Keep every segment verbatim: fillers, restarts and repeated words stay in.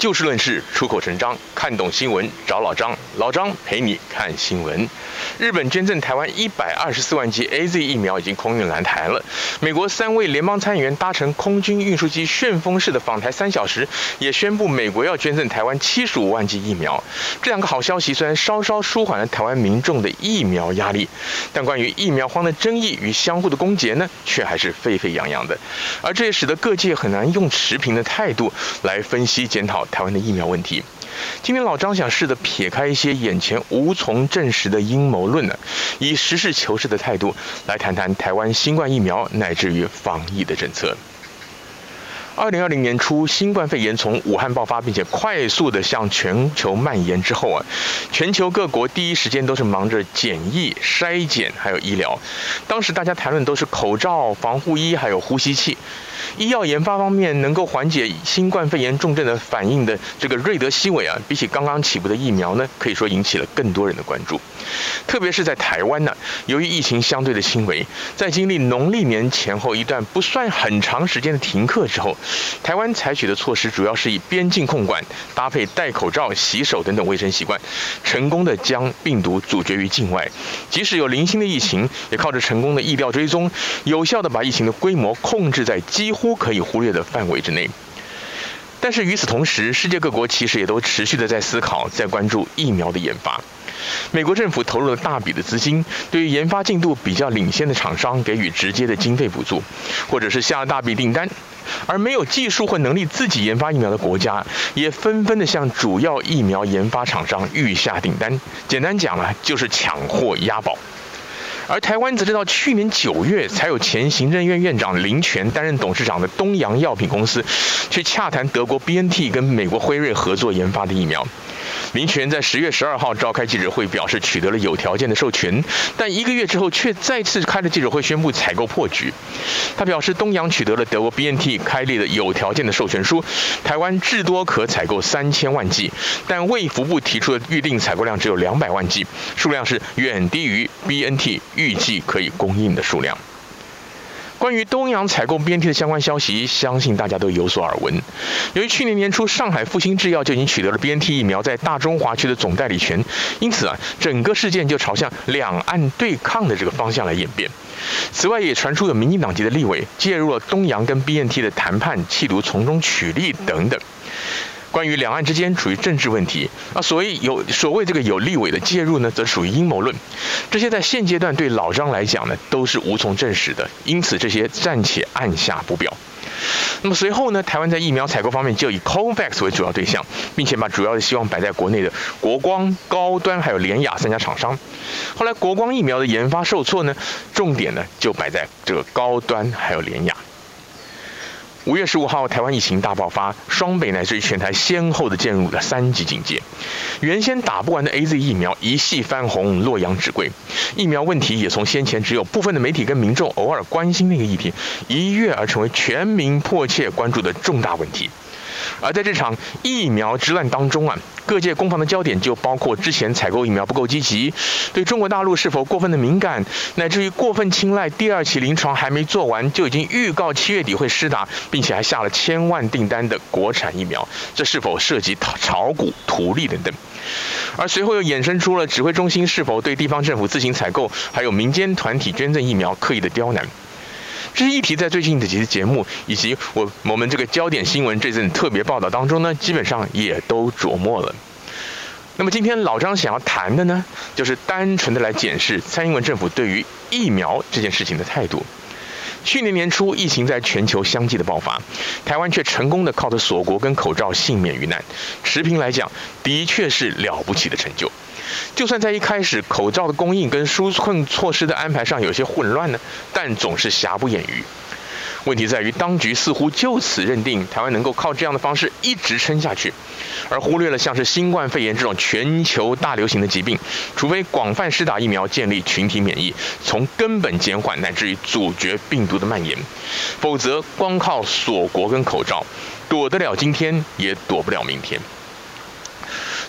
就事论事，出口成章，看懂新闻找老张，老张陪你看新闻。日本捐赠台湾一百二十四万剂 A Z 疫苗已经空运来台了。美国三位联邦参议员搭乘空军运输机旋风式的访台三小时，也宣布美国要捐赠台湾七十五万剂疫苗。这两个好消息虽然稍稍舒缓了台湾民众的疫苗压力，但关于疫苗荒的争议与相互的攻讦呢，却还是沸沸扬扬的。而这也使得各界很难用持平的态度来分析检讨台湾的疫苗问题。今天老张想试着撇开一些眼前无从证实的阴谋论呢，以实事求是的态度来谈谈台湾新冠疫苗乃至于防疫的政策。二零二零年初，新冠肺炎从武汉爆发，并且快速的向全球蔓延之后啊，全球各国第一时间都是忙着检疫、筛检还有医疗。当时大家谈论都是口罩、防护衣还有呼吸器。医药研发方面，能够缓解新冠肺炎重症的反应的这个瑞德西韦啊，比起刚刚起步的疫苗呢，可以说引起了更多人的关注。特别是在台湾呢，由于疫情相对的轻微，在经历农历年前后一段不算很长时间的停课之后，台湾采取的措施主要是以边境控管搭配戴口罩、洗手等等卫生习惯，成功的将病毒阻绝于境外。即使有零星的疫情，也靠着成功的疫调追踪，有效的把疫情的规模控制在几乎可以忽略的范围之内。但是与此同时，世界各国其实也都持续的在思考、在关注疫苗的研发。美国政府投入了大笔的资金，对于研发进度比较领先的厂商给予直接的经费补助，或者是下了大笔订单。而没有技术或能力自己研发疫苗的国家，也纷纷的向主要疫苗研发厂商预下订单。简单讲啊，就是抢货押宝。而台湾则是到去年九月，才有前行政院院长林全担任董事长的东洋药品公司，去洽谈德国 B N T 跟美国辉瑞合作研发的疫苗。林全在十月十二号召开记者会，表示取得了有条件的授权，但一个月之后却再次开了记者会，宣布采购破局。他表示，东洋取得了德国 B N T 开立的有条件的授权书，台湾至多可采购三千万剂，但卫福部提出的预定采购量只有两百万剂，数量是远低于 B N T 预计可以供应的数量。关于东洋采购 B N T 的相关消息，相信大家都有所耳闻。由于去年年初上海复星制药就已经取得了 B N T 疫苗在大中华区的总代理权，因此啊，整个事件就朝向两岸对抗的这个方向来演变。此外，也传出有民进党籍的立委介入了东洋跟 B N T 的谈判，企图从中取利等等。关于两岸之间处于政治问题啊，所谓有所谓这个有立委的介入呢，则属于阴谋论。这些在现阶段对老张来讲呢，都是无从证实的，因此这些暂且按下不表。那么随后呢，台湾在疫苗采购方面就以 COVAX 为主要对象，并且把主要的希望摆在国内的国光、高端还有联亚三家厂商。后来国光疫苗的研发受挫呢，重点呢就摆在这个高端还有联亚。五月十五号，台湾疫情大爆发，双北乃至于全台先后的进入了三级警戒。原先打不完的 A Z 疫苗一系翻红，洛阳纸贵。疫苗问题也从先前只有部分的媒体跟民众偶尔关心那个议题，一跃而成为全民迫切关注的重大问题。而在这场疫苗之乱当中啊，各界攻防的焦点就包括之前采购疫苗不够积极，对中国大陆是否过分的敏感，乃至于过分青睐第二期临床还没做完就已经预告七月底会施打，并且还下了千万订单的国产疫苗，这是否涉及炒股图利等等。而随后又衍生出了指挥中心是否对地方政府自行采购，还有民间团体捐赠疫苗刻意的刁难。这些议题在最近的几期节目以及我我们这个焦点新闻这阵特别报道当中呢，基本上也都琢磨了。那么今天老张想要谈的呢，就是单纯的来检视蔡英文政府对于疫苗这件事情的态度。去年年初，疫情在全球相继的爆发，台湾却成功的靠着锁国跟口罩幸免于难，持平来讲，的确是了不起的成就。就算在一开始口罩的供应跟纾困措施的安排上有些混乱呢，但总是瑕不掩瑜。问题在于，当局似乎就此认定台湾能够靠这样的方式一直撑下去，而忽略了像是新冠肺炎这种全球大流行的疾病，除非广泛施打疫苗，建立群体免疫，从根本减缓乃至于阻绝病毒的蔓延，否则光靠锁国跟口罩，躲得了今天，也躲不了明天。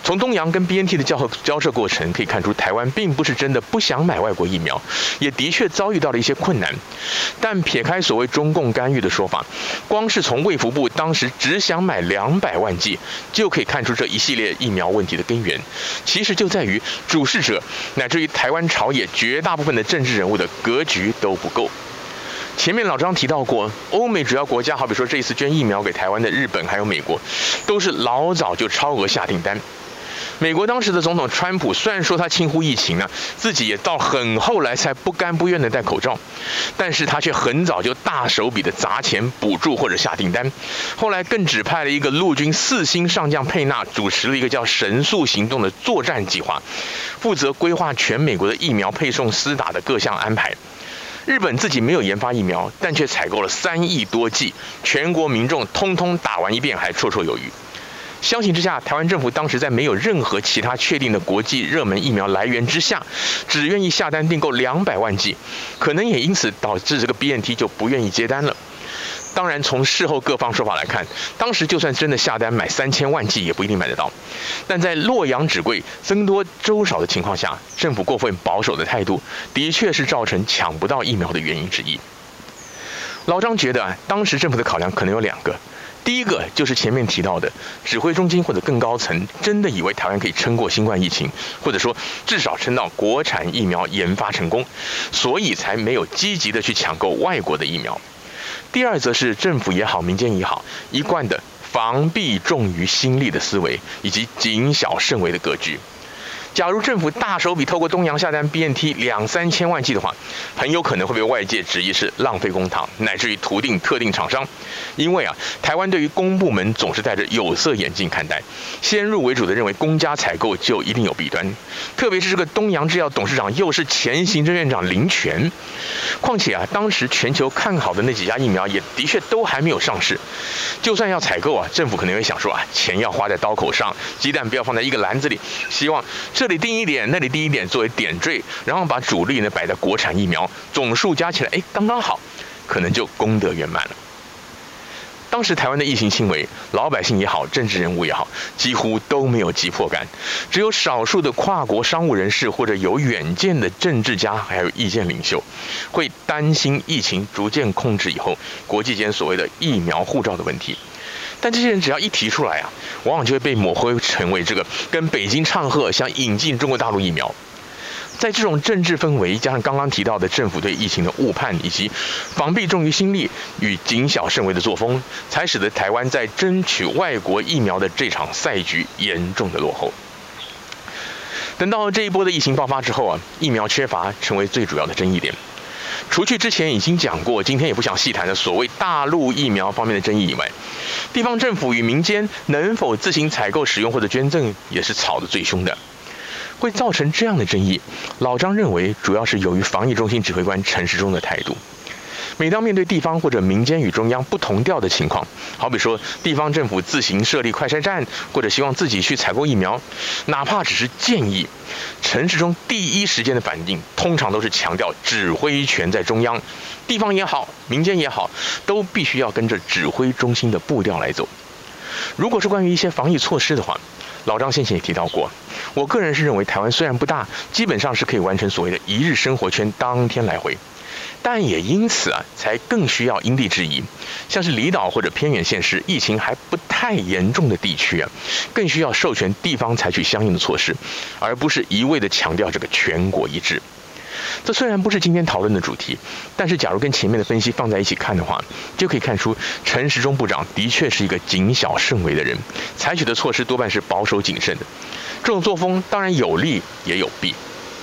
从东洋跟 B N T 的交合交涉过程可以看出，台湾并不是真的不想买外国疫苗，也的确遭遇到了一些困难。但撇开所谓中共干预的说法，光是从卫福部当时只想买两百万剂，就可以看出这一系列疫苗问题的根源，其实就在于主事者乃至于台湾朝野绝大部分的政治人物的格局都不够。前面老张提到过，欧美主要国家，好比说这一次捐疫苗给台湾的日本还有美国，都是老早就超额下订单。美国当时的总统川普虽然说他轻忽疫情啊，自己也到很后来才不甘不愿的戴口罩，但是他却很早就大手笔的砸钱补助或者下订单。后来更指派了一个陆军四星上将佩纳主持了一个叫神速行动的作战计划，负责规划全美国的疫苗配送施打的各项安排。日本自己没有研发疫苗，但却采购了三亿多剂，全国民众通通打完一遍还绰绰有余。相形之下，台湾政府当时在没有任何其他确定的国际热门疫苗来源之下，只愿意下单订购两百万剂，可能也因此导致这个 B N T 就不愿意接单了。当然，从事后各方说法来看，当时就算真的下单买三千万剂，也不一定买得到。但在洛阳纸贵、僧多粥少的情况下，政府过分保守的态度，的确是造成抢不到疫苗的原因之一。老张觉得，当时政府的考量可能有两个。第一个就是前面提到的，指挥中心或者更高层真的以为台湾可以撑过新冠疫情，或者说至少撑到国产疫苗研发成功，所以才没有积极的去抢购外国的疫苗。第二则是政府也好，民间也好，一贯的防弊重于心力的思维，以及谨小慎微的格局。假如政府大手笔透过东洋下单 B N T 两三千万剂的话，很有可能会被外界质疑是浪费公帑，乃至于图定特定厂商。因为啊，台湾对于公部门总是戴着有色眼镜看待，先入为主的认为公家采购就一定有弊端。特别是这个东洋制药董事长又是前行政院长林权，况且啊，当时全球看好的那几家疫苗也的确都还没有上市。就算要采购啊，政府可能会想说啊，钱要花在刀口上，鸡蛋不要放在一个篮子里，希望这里定一点，那里定一点作为点缀，然后把主力呢摆在国产疫苗，总数加起来，哎，刚刚好，可能就功德圆满了。当时台湾的疫情轻微，老百姓也好，政治人物也好，几乎都没有急迫感，只有少数的跨国商务人士或者有远见的政治家，还有意见领袖，会担心疫情逐渐控制以后，国际间所谓的疫苗护照的问题。但这些人只要一提出来啊，往往就会被抹黑成为这个跟北京唱和想引进中国大陆疫苗。在这种政治氛围加上刚刚提到的政府对疫情的误判，以及防弊重于心力与谨小慎微的作风，才使得台湾在争取外国疫苗的这场赛局严重的落后。等到这一波的疫情爆发之后啊，疫苗缺乏成为最主要的争议点。除去之前已经讲过，今天也不想细谈的所谓大陆疫苗方面的争议以外，地方政府与民间能否自行采购使用或者捐赠，也是吵得最凶的。会造成这样的争议，老张认为主要是由于防疫中心指挥官陈时中的态度。每当面对地方或者民间与中央不同调的情况，好比说地方政府自行设立快筛站，或者希望自己去采购疫苗，哪怕只是建议，陈时中第一时间的反应通常都是强调指挥权在中央，地方也好，民间也好，都必须要跟着指挥中心的步调来走。如果是关于一些防疫措施的话，老张先前也提到过，我个人是认为台湾虽然不大，基本上是可以完成所谓的一日生活圈当天来回，但也因此啊，才更需要因地制宜。像是离岛或者偏远县市疫情还不太严重的地区啊，更需要授权地方采取相应的措施，而不是一味的强调这个全国一致。这虽然不是今天讨论的主题，但是假如跟前面的分析放在一起看的话，就可以看出陈时中部长的确是一个谨小慎微的人，采取的措施多半是保守谨慎的。这种作风当然有利也有弊。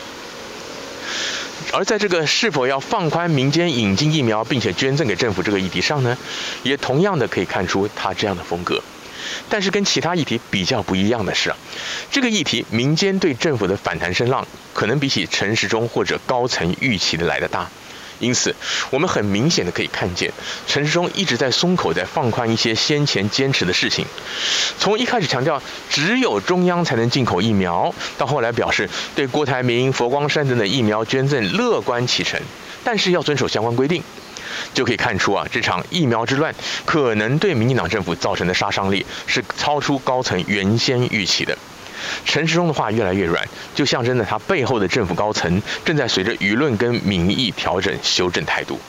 而在这个是否要放宽民间引进疫苗并且捐赠给政府这个议题上呢，也同样的可以看出他这样的风格。但是跟其他议题比较不一样的是啊，这个议题民间对政府的反弹声浪，可能比起陈时中或者高层预期的来得大。因此，我们很明显的可以看见，陈时中一直在松口，在放宽一些先前坚持的事情。从一开始强调只有中央才能进口疫苗，到后来表示对郭台铭、佛光山等等疫苗捐赠乐观其成，但是要遵守相关规定。就可以看出啊，这场疫苗之乱可能对民进党政府造成的杀伤力是超出高层原先预期的。 陈时中的话越来越软，就象征着他背后的政府高层正在随着舆论跟民意调整修正态度。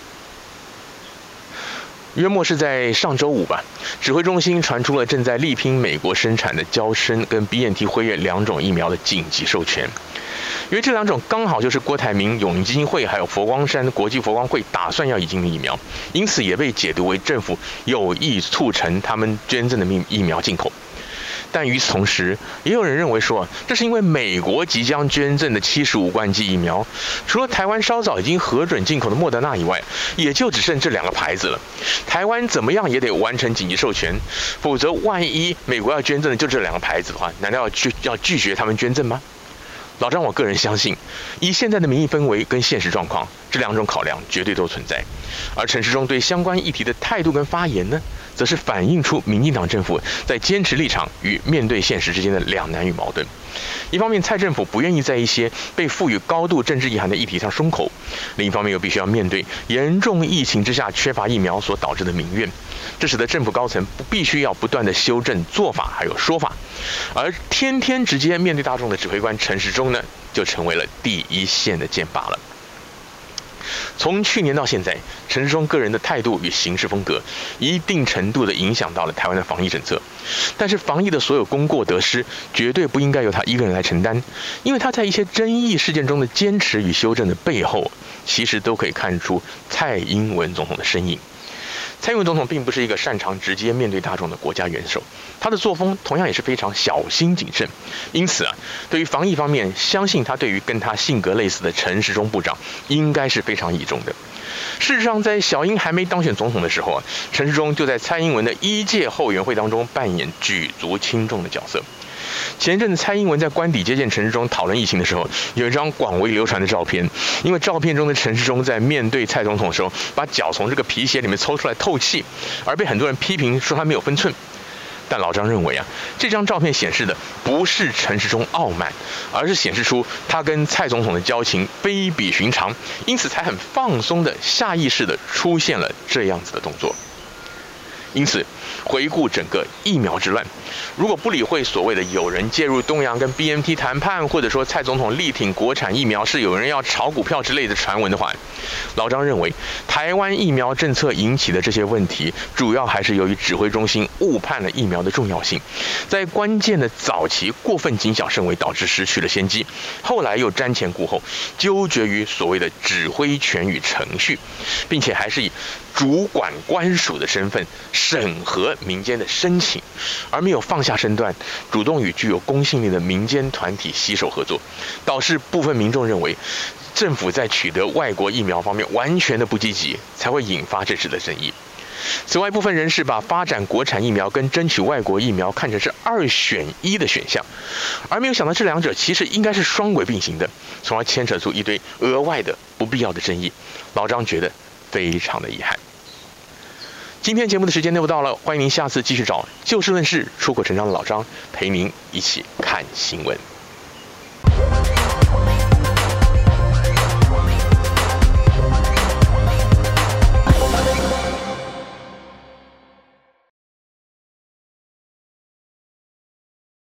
约莫是在上周五吧，指挥中心传出了正在力拼美国生产的嬌生跟 B N T 辉瑞两种疫苗的紧急授权，因为这两种刚好就是郭台铭永龄基金会还有佛光山国际佛光会打算要引进的疫苗，因此也被解读为政府有意促成他们捐赠的疫苗进口。但与此同时，也有人认为说，这是因为美国即将捐赠的七十五万剂疫苗，除了台湾稍早已经核准进口的莫德纳以外，也就只剩这两个牌子了。台湾怎么样也得完成紧急授权，否则万一美国要捐赠的就这两个牌子的话，难道要拒要拒绝他们捐赠吗？老张，我个人相信，以现在的民意氛围跟现实状况，这两种考量绝对都存在。而陈时中对相关议题的态度跟发言呢，则是反映出民进党政府在坚持立场与面对现实之间的两难与矛盾。一方面，蔡政府不愿意在一些被赋予高度政治意涵的议题上松口；另一方面，又必须要面对严重疫情之下缺乏疫苗所导致的民怨，这使得政府高层不必须要不断的修正做法还有说法，而天天直接面对大众的指挥官陈时中呢，就成为了第一线的箭靶了。从去年到现在，陈时中个人的态度与行事风格，一定程度的影响到了台湾的防疫政策。但是防疫的所有功过得失，绝对不应该由他一个人来承担，因为他在一些争议事件中的坚持与修正的背后，其实都可以看出蔡英文总统的身影。蔡英文总统并不是一个擅长直接面对大众的国家元首，他的作风同样也是非常小心谨慎。因此啊，对于防疫方面，相信他对于跟他性格类似的陈时中部长，应该是非常倚重的。事实上，在小英还没当选总统的时候啊，陈时中就在蔡英文的一届后援会当中扮演举足轻重的角色。前一阵子蔡英文在官邸接见陈时中讨论疫情的时候，有一张广为流传的照片，因为照片中的陈时中在面对蔡总统的时候，把脚从这个皮鞋里面抽出来透气，而被很多人批评说他没有分寸。但老张认为啊，这张照片显示的不是陈时中傲慢，而是显示出他跟蔡总统的交情非比寻常，因此才很放松的下意识的出现了这样子的动作。因此，回顾整个疫苗之乱，如果不理会所谓的有人介入东洋跟 B N T 谈判，或者说蔡总统力挺国产疫苗是有人要炒股票之类的传闻的话，老张认为台湾疫苗政策引起的这些问题，主要还是由于指挥中心误判了疫苗的重要性，在关键的早期过分谨小慎微，导致失去了先机，后来又瞻前顾后，纠结于所谓的指挥权与程序，并且还是以主管官署的身份审核民间的申请，而没有放下身段，主动与具有公信力的民间团体携手合作，导致部分民众认为政府在取得外国疫苗方面完全的不积极，才会引发这次的争议。此外，部分人士把发展国产疫苗跟争取外国疫苗看成是二选一的选项，而没有想到这两者其实应该是双轨并行的，从而牵扯出一堆额外的不必要的争议。老张觉得非常的遗憾。今天节目的时间又到了，欢迎您下次继续找就事论事、出口成章的老张陪您一起看新闻。